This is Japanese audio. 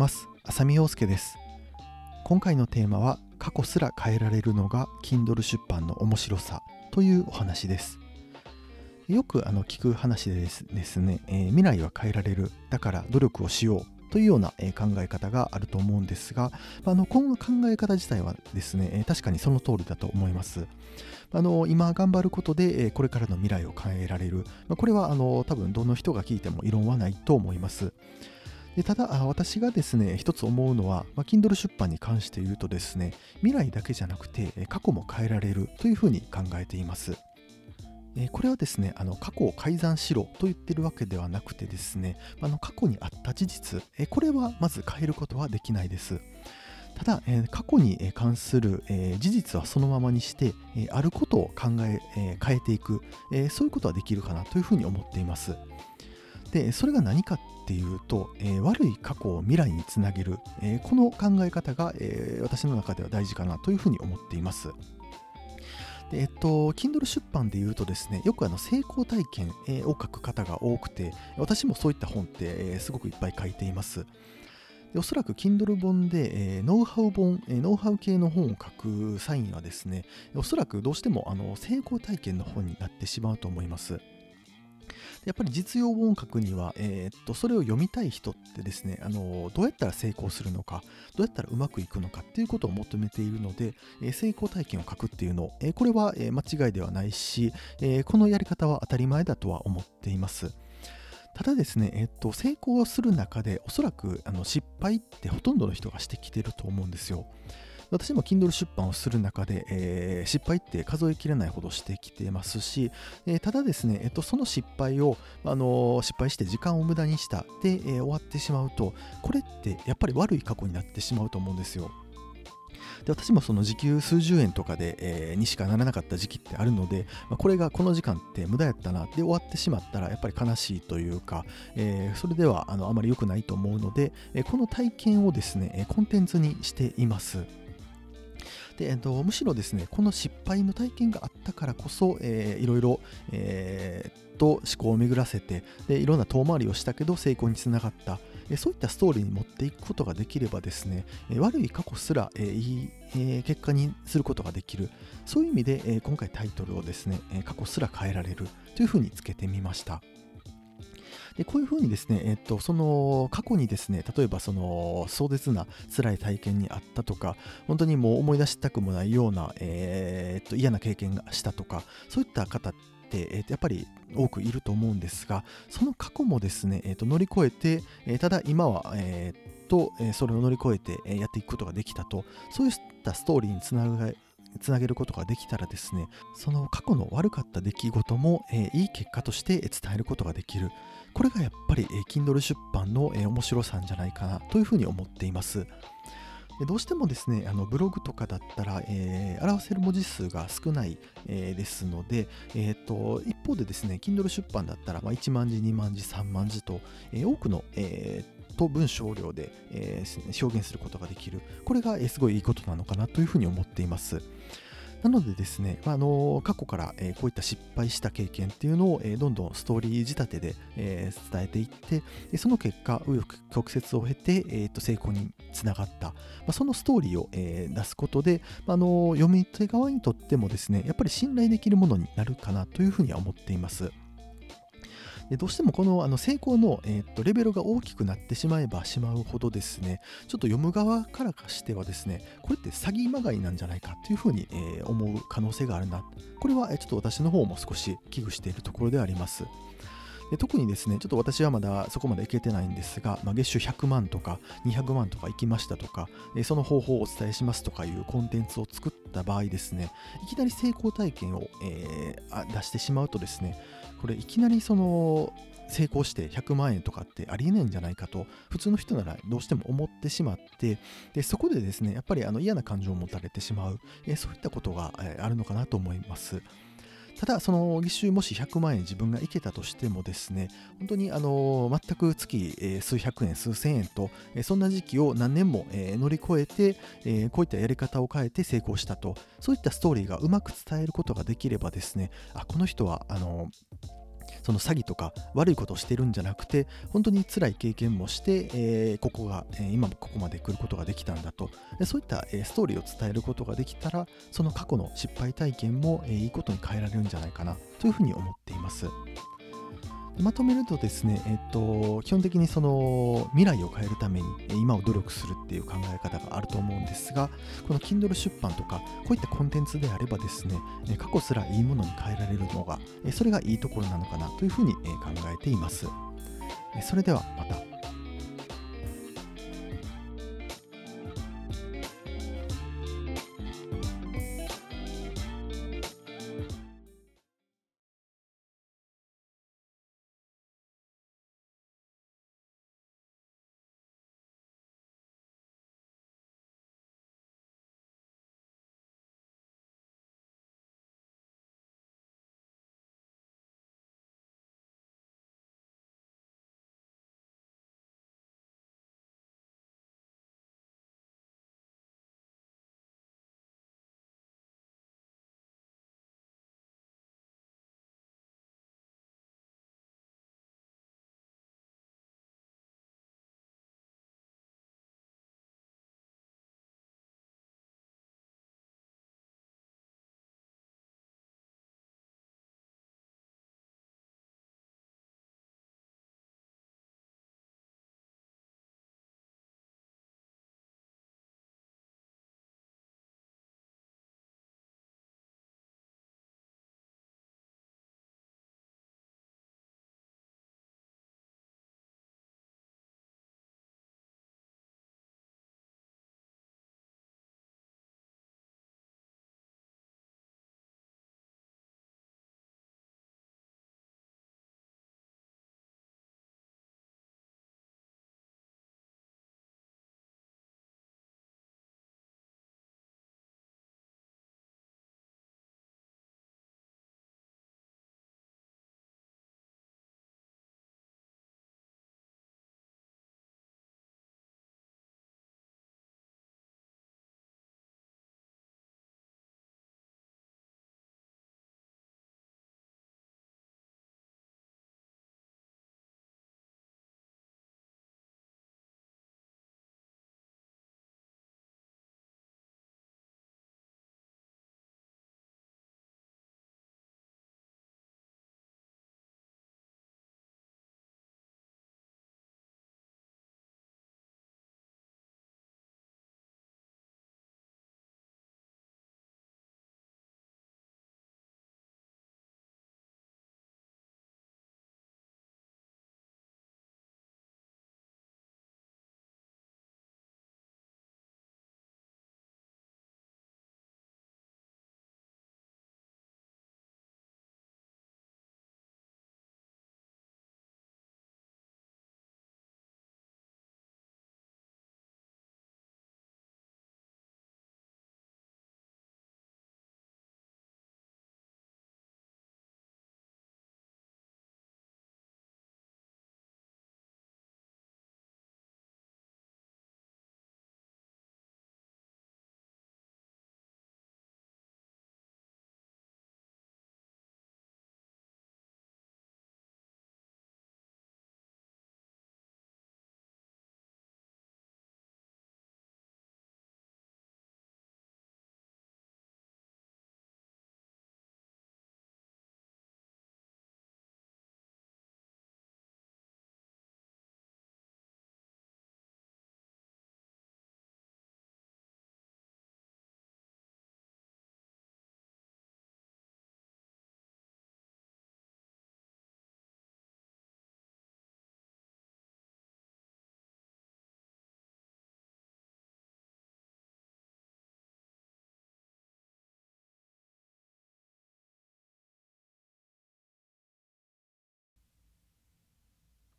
ます。浅見陽介です。今回のテーマは過去すら変えられるのが Kindle 出版の面白さというお話です。よく聞く話でですね、未来は変えられる、だから努力をしようというような考え方があると思うんですが、この考え方自体はですね、確かにその通りだと思います。今頑張ることでこれからの未来を変えられる、これは多分どの人が聞いても異論はないと思います。でただ私がですね一つ思うのは、Kindle 出版に関して言うとですね、未来だけじゃなくて過去も変えられるというふうに考えています。これはですね、過去を改ざんしろと言ってるわけではなくてですね、過去にあった事実、これはまず変えることはできないです。ただ、過去に関する事実はそのままにして、あることを変えていく、そういうことはできるかなというふうに思っています。で、それが何かっていうと、悪い過去を未来につなげる、この考え方が、私の中では大事かなというふうに思っています。で、Kindle 出版で言うとですね、よく成功体験、を書く方が多くて、私もそういった本って、すごくいっぱい書いています。でおそらく Kindle 本で、ノウハウ本、ノウハウ系の本を書く際にはですね、おそらくどうしても成功体験の本になってしまうと思います。やっぱり実用本を書くには、それを読みたい人ってですね、どうやったら成功するのか、どうやったらうまくいくのかっていうことを求めているので、成功体験を書くっていうの、これは、間違いではないし、このやり方は当たり前だとは思っています。ただですね、成功する中でおそらく失敗ってほとんどの人がしてきてると思うんですよ。私も Kindle 出版をする中で、失敗って数えきれないほどしてきてますし、ただですね、その失敗を、失敗して時間を無駄にしたで、終わってしまうと、これってやっぱり悪い過去になってしまうと思うんですよ。で私もその時給数十円とかで、にしかならなかった時期ってあるので、これがこの時間って無駄やったなで終わってしまったらやっぱり悲しいというか、それではあまり良くないと思うので、この体験をですねコンテンツにしています。で、むしろですね、この失敗の体験があったからこそ、いろいろ、思考を巡らせて、でいろんな遠回りをしたけど成功につながった、そういったストーリーに持っていくことができればですね、悪い過去すら、いい、結果にすることができる。そういう意味で、今回タイトルをですね、過去すら変えられるというふうにつけてみました。でこういうふうにですね、その過去にですね、例えばその壮絶な辛い体験にあったとか、本当にもう思い出したくもないような、嫌な経験がしたとか、そういった方って、やっぱり多くいると思うんですが、その過去もですね、乗り越えて、ただ今は、それを乗り越えて、やっていくことができたと、そういったストーリーにつなげることができたらですね、その過去の悪かった出来事も、いい結果として伝えることができる。これがやっぱり、Kindle 出版の、面白さんじゃないかなというふうに思っています。でどうしてもですね、ブログとかだったら、表せる文字数が少ない、ですので、一方でですね、Kindle 出版だったら、1万字、2万字、3万字と、多くの、文章量で、表現することができる。これが、すごいいいことなのかなというふうに思っています。なのでですね、過去から、こういった失敗した経験っていうのを、どんどんストーリー仕立てで、伝えていって、でその結果、紆余曲折を経て、成功につながった、そのストーリーを、出すことで、読み手側にとってもですね、やっぱり信頼できるものになるかなというふうには思っています。でどうしてもこの成功の、レベルが大きくなってしまえばしまうほどですね、ちょっと読む側からかしてはですね、これって詐欺まがいなんじゃないかというふうに、思う可能性があるな。これは、ちょっと私の方も少し危惧しているところであります。で特にですね、ちょっと私はまだそこまでいけてないんですが、月収100万とか200万とか行きましたとか、その方法をお伝えしますとかいうコンテンツを作った場合ですね、いきなり成功体験を、出してしまうとですね、これいきなりその成功して100万円とかってありえないんじゃないかと普通の人ならどうしても思ってしまって、でそこでですねやっぱり嫌な感情を持たれてしまう、そういったことが、あるのかなと思います。ただその月収もし100万円自分がいけたとしてもですね、本当に全く月、数百円数千円と、そんな時期を何年も、乗り越えて、こういったやり方を変えて成功したと、そういったストーリーがうまく伝えることができればですね、この人はその詐欺とか悪いことをしてるんじゃなくて、本当に辛い経験もして、ここが、今もここまで来ることができたんだと、そういった、ストーリーを伝えることができたら、その過去の失敗体験も、いいことに変えられるんじゃないかなというふうに思っています。まとめるとですね、基本的にその未来を変えるために今を努力するっていう考え方があると思うんですが、この Kindle 出版とかこういったコンテンツであればですね、過去すらいいものに変えられるのが、それがいいところなのかなというふうに考えています。それではまた。